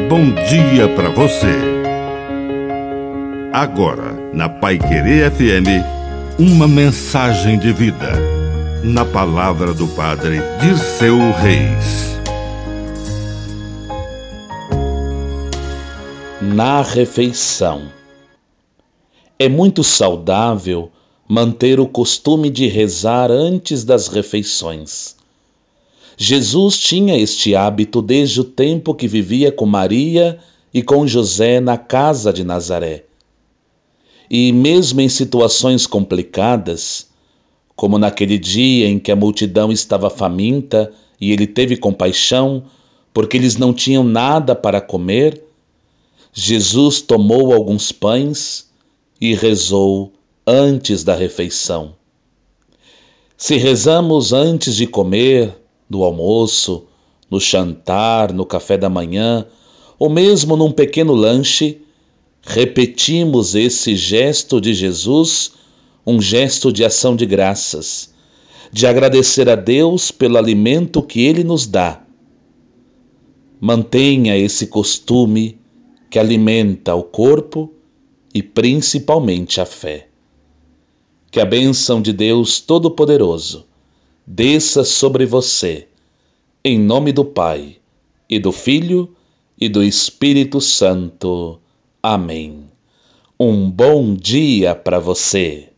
bom dia para você. Agora, na Paiquerê FM, uma mensagem de vida. Na palavra do Padre Dirceu Reis. Na refeição. É muito saudável manter o costume de rezar antes das refeições. Jesus tinha este hábito desde o tempo que vivia com Maria e com José na casa de Nazaré. E mesmo em situações complicadas, como naquele dia em que a multidão estava faminta e ele teve compaixão, porque eles não tinham nada para comer, Jesus tomou alguns pães e rezou antes da refeição. Se rezamos antes de comer, no almoço, no jantar, no café da manhã, ou mesmo num pequeno lanche, repetimos esse gesto de Jesus, um gesto de ação de graças, de agradecer a Deus pelo alimento que Ele nos dá. Mantenha esse costume que alimenta o corpo e principalmente a fé. Que a bênção de Deus Todo-Poderoso desça sobre você, em nome do Pai, e do Filho, e do Espírito Santo. Amém. Um bom dia para você.